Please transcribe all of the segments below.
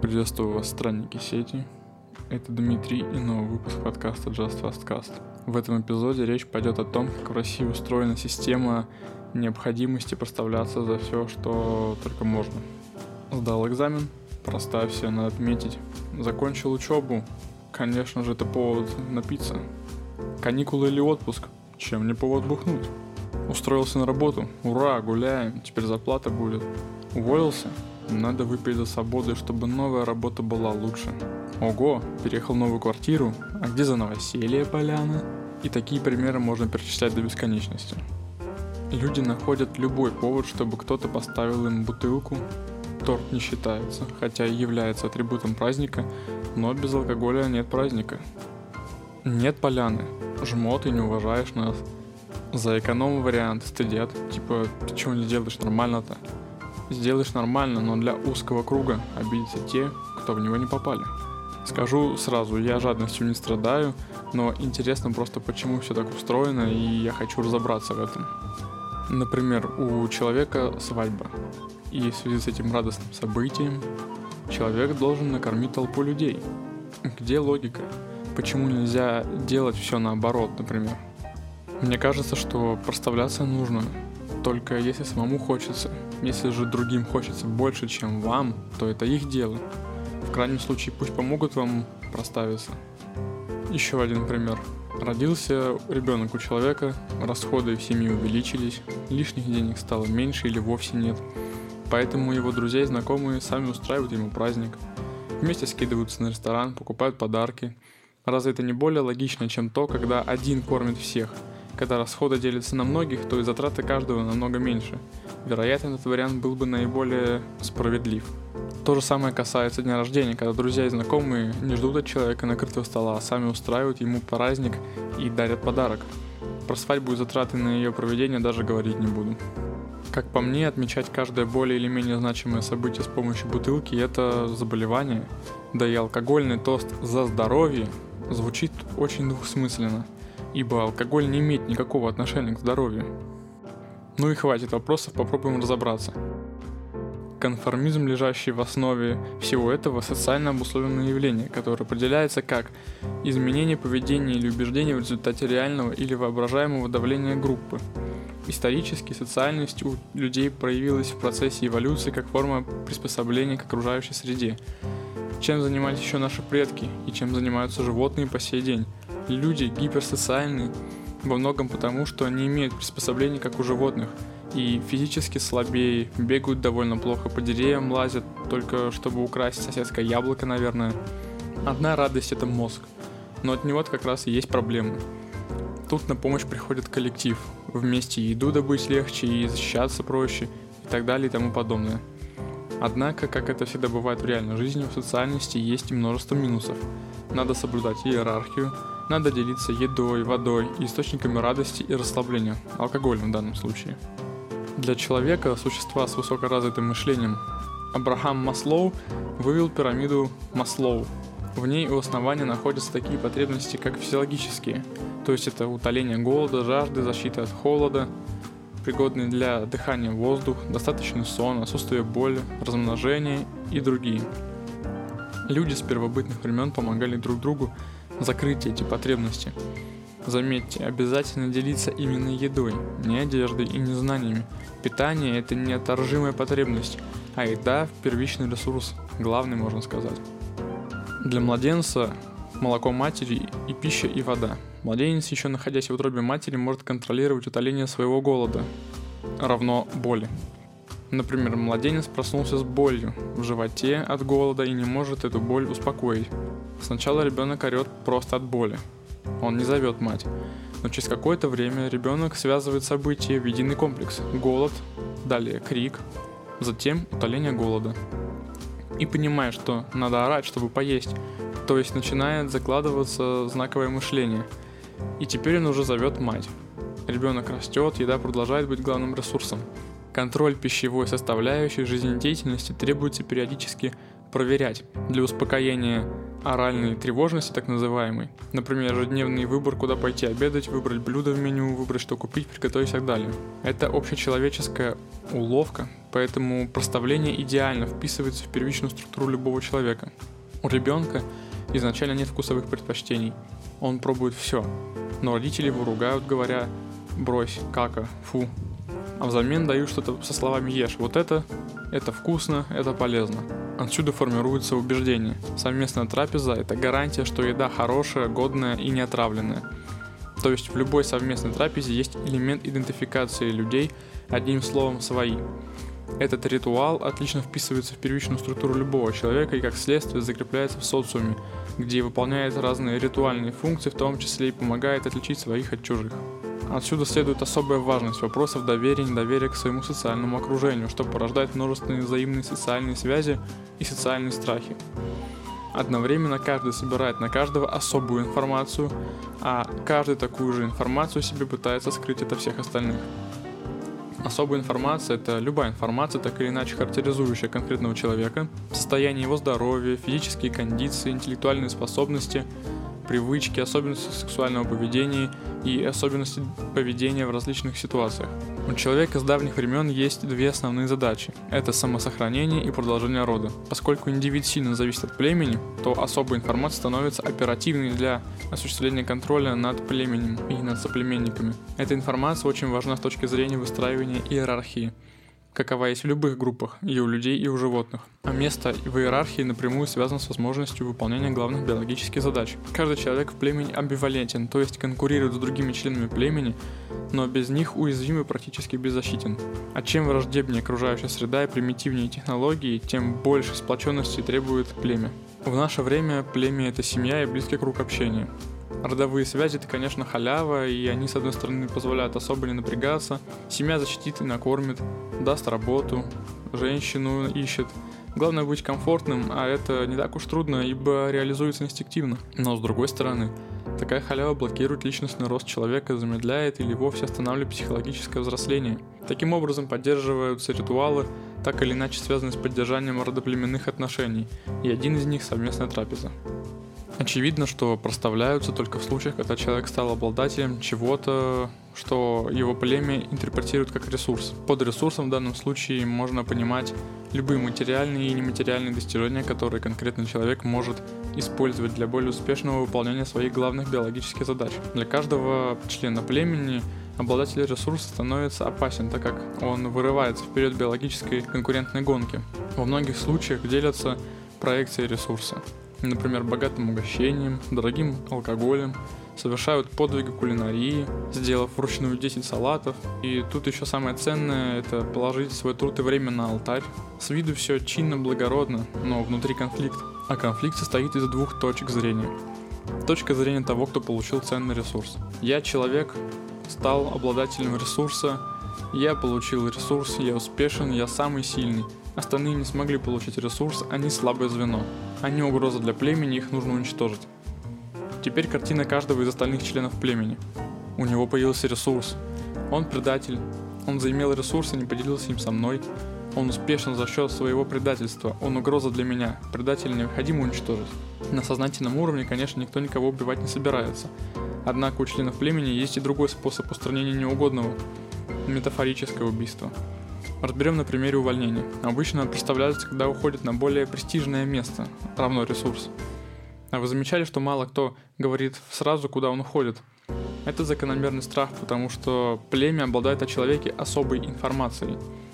Приветствую вас, странники сети. Это Дмитрий и новый выпуск подкаста Just Fast Cast. В этом эпизоде речь пойдет о том, как в России устроена система необходимости проставляться за все, что только можно. Сдал экзамен? Проставься, надо отметить. Закончил учебу? Конечно же, это повод напиться. Каникулы или отпуск? Чем не повод бухнуть? Устроился на работу? Ура, гуляем, теперь зарплата будет. Уволился? Надо выпить за свободу, чтобы новая работа была лучше. Ого, переехал в новую квартиру? А где за новоселье поляна? И такие примеры можно перечислять до бесконечности. Люди находят любой повод, чтобы кто-то поставил им бутылку. Торт не считается, хотя и является атрибутом праздника, но без алкоголя нет праздника. Нет поляны, жмот и не уважаешь нас. За эконом-вариант стыдят, типа, ты чего не делаешь нормально-то? Сделаешь нормально, но для узкого круга обидятся те, кто в него не попали. Скажу сразу, я жадностью не страдаю, но интересно просто, почему все так устроено, и я хочу разобраться в этом. Например, у человека свадьба, и в связи с этим радостным событием человек должен накормить толпу людей. Где логика? Почему нельзя делать все наоборот, например? Мне кажется, что проставляться нужно, только если самому хочется. Если же другим хочется больше, чем вам, то это их дело. В крайнем случае пусть помогут вам проставиться. Еще один пример. Родился ребенок у человека, расходы в семье увеличились, лишних денег стало меньше или вовсе нет. Поэтому его друзья и знакомые сами устраивают ему праздник. Вместе скидываются на ресторан, покупают подарки. Разве это не более логично, чем то, когда один кормит всех? Когда расходы делятся на многих, то и затраты каждого намного меньше. Вероятно, этот вариант был бы наиболее справедлив. То же самое касается дня рождения, когда друзья и знакомые не ждут от человека накрытого стола, а сами устраивают ему праздник и дарят подарок. Про свадьбу и затраты на ее проведение даже говорить не буду. Как по мне, отмечать каждое более или менее значимое событие с помощью бутылки – это заболевание. Да и алкогольный тост «за здоровье» звучит очень двусмысленно, ибо алкоголь не имеет никакого отношения к здоровью. Ну и хватит вопросов, попробуем разобраться. Конформизм, лежащий в основе всего этого, социально обусловленное явление, которое определяется как изменение поведения или убеждения в результате реального или воображаемого давления группы. Исторически социальность у людей проявилась в процессе эволюции как форма приспособления к окружающей среде. Чем занимались еще наши предки и чем занимаются животные по сей день? Люди гиперсоциальны во многом потому, что они имеют приспособление как у животных и физически слабее, бегают довольно плохо по деревьям, лазят только чтобы украсть соседское яблоко, наверное. Одна радость – это мозг, но от него как раз и есть проблемы. Тут на помощь приходит коллектив, вместе еду добыть легче и защищаться проще и так далее и тому подобное. Однако, как это всегда бывает в реальной жизни, в социальности есть и множество минусов. Надо соблюдать иерархию, надо делиться едой, водой и источниками радости и расслабления, алкоголем в данном случае. Для человека, существа с высокоразвитым мышлением, Абрахам Маслоу вывел пирамиду Маслоу. В ней у основания находятся такие потребности, как физиологические, то есть это утоление голода, жажды, защита от холода, пригодный для дыхания воздух, достаточный сон, отсутствие боли, размножение и другие. Люди с первобытных времен помогали друг другу закрыть эти потребности. Заметьте, обязательно делиться именно едой, не одеждой и не знаниями. Питание – это неотторжимая потребность, а еда – первичный ресурс, главный, можно сказать. Для младенца молоко матери и пища и вода. Младенец, еще находясь в утробе матери, может контролировать утоление своего голода, равно боли. Например, младенец проснулся с болью в животе от голода и не может эту боль успокоить. Сначала ребенок орет просто от боли. Он не зовет мать. Но через какое-то время ребенок связывает события в единый комплекс. Голод, далее крик, затем утоление голода. И понимает, что надо орать, чтобы поесть. То есть начинает закладываться знаковое мышление. И теперь он уже зовет мать. Ребенок растет, еда продолжает быть главным ресурсом. Контроль пищевой составляющей жизнедеятельности требуется периодически проверять для успокоения оральной тревожности, так называемой. Например, ежедневный выбор, куда пойти обедать, выбрать блюдо в меню, выбрать, что купить, приготовить и так далее. Это общечеловеческая уловка, поэтому проставление идеально вписывается в первичную структуру любого человека. У ребенка изначально нет вкусовых предпочтений, он пробует все, но родители его ругают, говоря «брось, кака, фу», а взамен дают что-то со словами «ешь, вот это вкусно, это полезно». Отсюда формируется убеждение. Совместная трапеза – это гарантия, что еда хорошая, годная и не отравленная. То есть в любой совместной трапезе есть элемент идентификации людей, одним словом «свои». Этот ритуал отлично вписывается в первичную структуру любого человека и как следствие закрепляется в социуме, где выполняет разные ритуальные функции, в том числе и помогает отличить своих от чужих. Отсюда следует особая важность вопросов доверия и недоверия к своему социальному окружению, что порождает множественные взаимные социальные связи и социальные страхи. Одновременно каждый собирает на каждого особую информацию, а каждый такую же информацию себе пытается скрыть от всех остальных. Особая информация – это любая информация, так или иначе характеризующая конкретного человека, состояние его здоровья, физические кондиции, интеллектуальные способности, привычки, особенности сексуального поведения и особенности поведения в различных ситуациях. У человека с давних времен есть две основные задачи – это самосохранение и продолжение рода. Поскольку индивид сильно зависит от племени, то особая информация становится оперативной для осуществления контроля над племенем и над соплеменниками. Эта информация очень важна с точки зрения выстраивания иерархии, какова есть в любых группах, и у людей, и у животных. А место в иерархии напрямую связано с возможностью выполнения главных биологических задач. Каждый человек в племени амбивалентен, то есть конкурирует с другими членами племени, но без них уязвим и практически беззащитен. А чем враждебнее окружающая среда и примитивнее технологии, тем больше сплоченности требует племя. В наше время племя – это семья и близкий круг общения. Родовые связи – это, конечно, халява, и они, с одной стороны, позволяют особо не напрягаться. Семья защитит и накормит, даст работу, женщину ищет. Главное быть комфортным, а это не так уж трудно, ибо реализуется инстинктивно. Но, с другой стороны, такая халява блокирует личностный рост человека, замедляет или вовсе останавливает психологическое взросление. Таким образом, поддерживаются ритуалы, так или иначе связанные с поддержанием родоплеменных отношений, и один из них – совместная трапеза. Очевидно, что проставляются только в случаях, когда человек стал обладателем чего-то, что его племя интерпретирует как ресурс. Под ресурсом в данном случае можно понимать любые материальные и нематериальные достижения, которые конкретный человек может использовать для более успешного выполнения своих главных биологических задач. Для каждого члена племени обладатель ресурса становится опасен, так как он вырывается вперед биологической конкурентной гонки. Во многих случаях делятся проекцией ресурса. Например, богатым угощением, дорогим алкоголем, совершают подвиги кулинарии, сделав вручную 10 салатов. И тут еще самое ценное – это положить свой труд и время на алтарь. С виду все чинно, благородно, но внутри конфликт. А конфликт состоит из двух точек зрения. Точка зрения того, кто получил ценный ресурс. Я человек, стал обладателем ресурса, я получил ресурс, я успешен, я самый сильный. Остальные не смогли получить ресурс, они слабое звено. Они угроза для племени, их нужно уничтожить. Теперь картина каждого из остальных членов племени. У него появился ресурс. Он предатель. Он заимел ресурс и не поделился им со мной. Он успешен за счет своего предательства. Он угроза для меня. Предателя необходимо уничтожить. На сознательном уровне, конечно, никто никого убивать не собирается. Однако у членов племени есть и другой способ устранения неугодного – метафорическое убийство. Разберем на примере увольнения. Обычно представляется, когда уходит на более престижное место, равно ресурс. А вы замечали, что мало кто говорит сразу, куда он уходит? Это закономерный страх, потому что племя обладает о человеке особой информацией.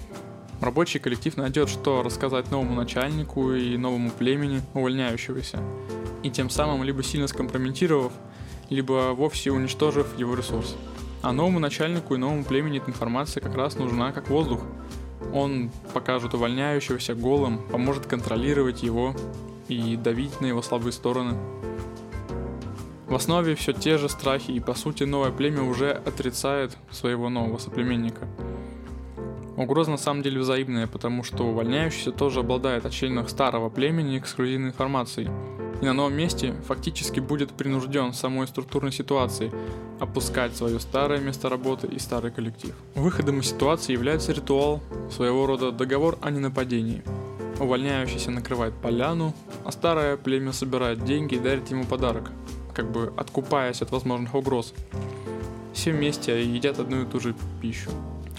Рабочий коллектив найдет, что рассказать новому начальнику и новому племени увольняющегося, и тем самым либо сильно скомпрометировав, либо вовсе уничтожив его ресурс. А новому начальнику и новому племени эта информация как раз нужна как воздух. Он покажет увольняющегося голым, поможет контролировать его и давить на его слабые стороны. В основе все те же страхи, и по сути новое племя уже отрицает своего нового соплеменника. Угроза на самом деле взаимная, потому что увольняющийся тоже обладает о членах старого племени эксклюзивной информацией. И на новом месте фактически будет принужден самой структурной ситуацией опускать свое старое место работы и старый коллектив. Выходом из ситуации является ритуал, своего рода договор о ненападении. Увольняющийся накрывает поляну, а старое племя собирает деньги и дарит ему подарок, как бы откупаясь от возможных угроз. Все вместе едят одну и ту же пищу.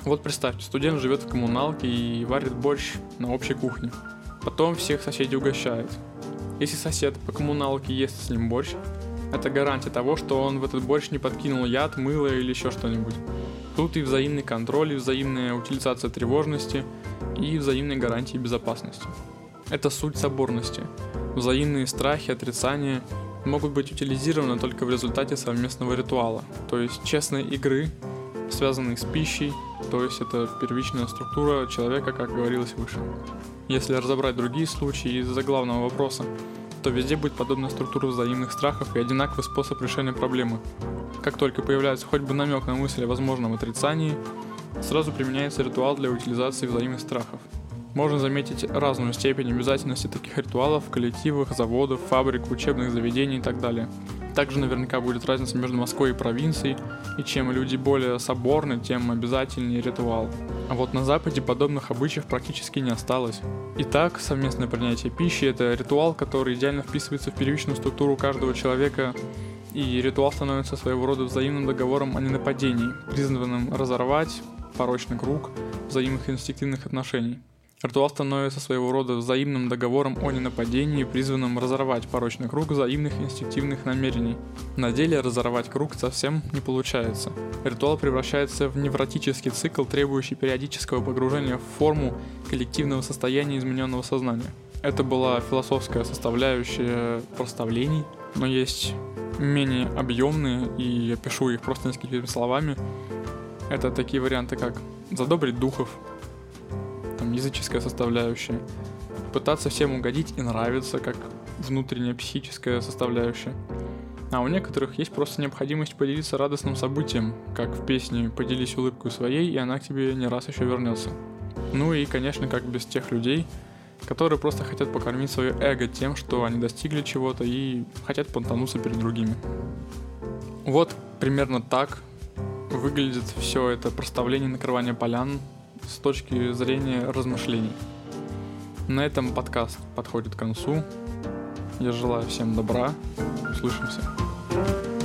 Вот представьте, студент живет в коммуналке и варит борщ на общей кухне. Потом всех соседей угощает. Если сосед по коммуналке ест с ним борщ, это гарантия того, что он в этот борщ не подкинул яд, мыло или еще что-нибудь. Тут и взаимный контроль, и взаимная утилизация тревожности, и взаимные гарантии безопасности. Это суть соборности. Взаимные страхи, отрицания могут быть утилизированы только в результате совместного ритуала, то есть честной игры, связанной с пищей, то есть это первичная структура человека, как говорилось выше. Если разобрать другие случаи из-за главного вопроса, то везде будет подобная структура взаимных страхов и одинаковый способ решения проблемы. Как только появляется хоть бы намек на мысль о возможном отрицании, сразу применяется ритуал для утилизации взаимных страхов. Можно заметить разную степень обязательности таких ритуалов в коллективах, заводах, фабрик, учебных заведений и так далее. Также наверняка будет разница между Москвой и провинцией, и чем люди более соборны, тем обязательнее ритуал. А вот на Западе подобных обычаев практически не осталось. Итак, совместное принятие пищи – это ритуал, который идеально вписывается в первичную структуру каждого человека, и ритуал становится своего рода взаимным договором о ненападении, призванным разорвать порочный круг взаимных инстинктивных отношений. Ритуал становится своего рода взаимным договором о ненападении, призванным разорвать порочный круг взаимных инстинктивных намерений. На деле разорвать круг совсем не получается. Ритуал превращается в невротический цикл, требующий периодического погружения в форму коллективного состояния измененного сознания. Это была философская составляющая проставлений, но есть менее объемные, и я пишу их просто несколькими словами. Это такие варианты, как задобрить духов, языческая составляющая, пытаться всем угодить и нравиться, как внутренняя психическая составляющая. А у некоторых есть просто необходимость поделиться радостным событием, как в песне «Поделись улыбкой своей, и она к тебе не раз еще вернется». Ну и, конечно, как без тех людей, которые просто хотят покормить свое эго тем, что они достигли чего-то и хотят понтануться перед другими. Вот примерно так выглядит все это проставление накрывания полян с точки зрения размышлений. На этом подкаст подходит к концу. Я желаю всем добра. Услышимся.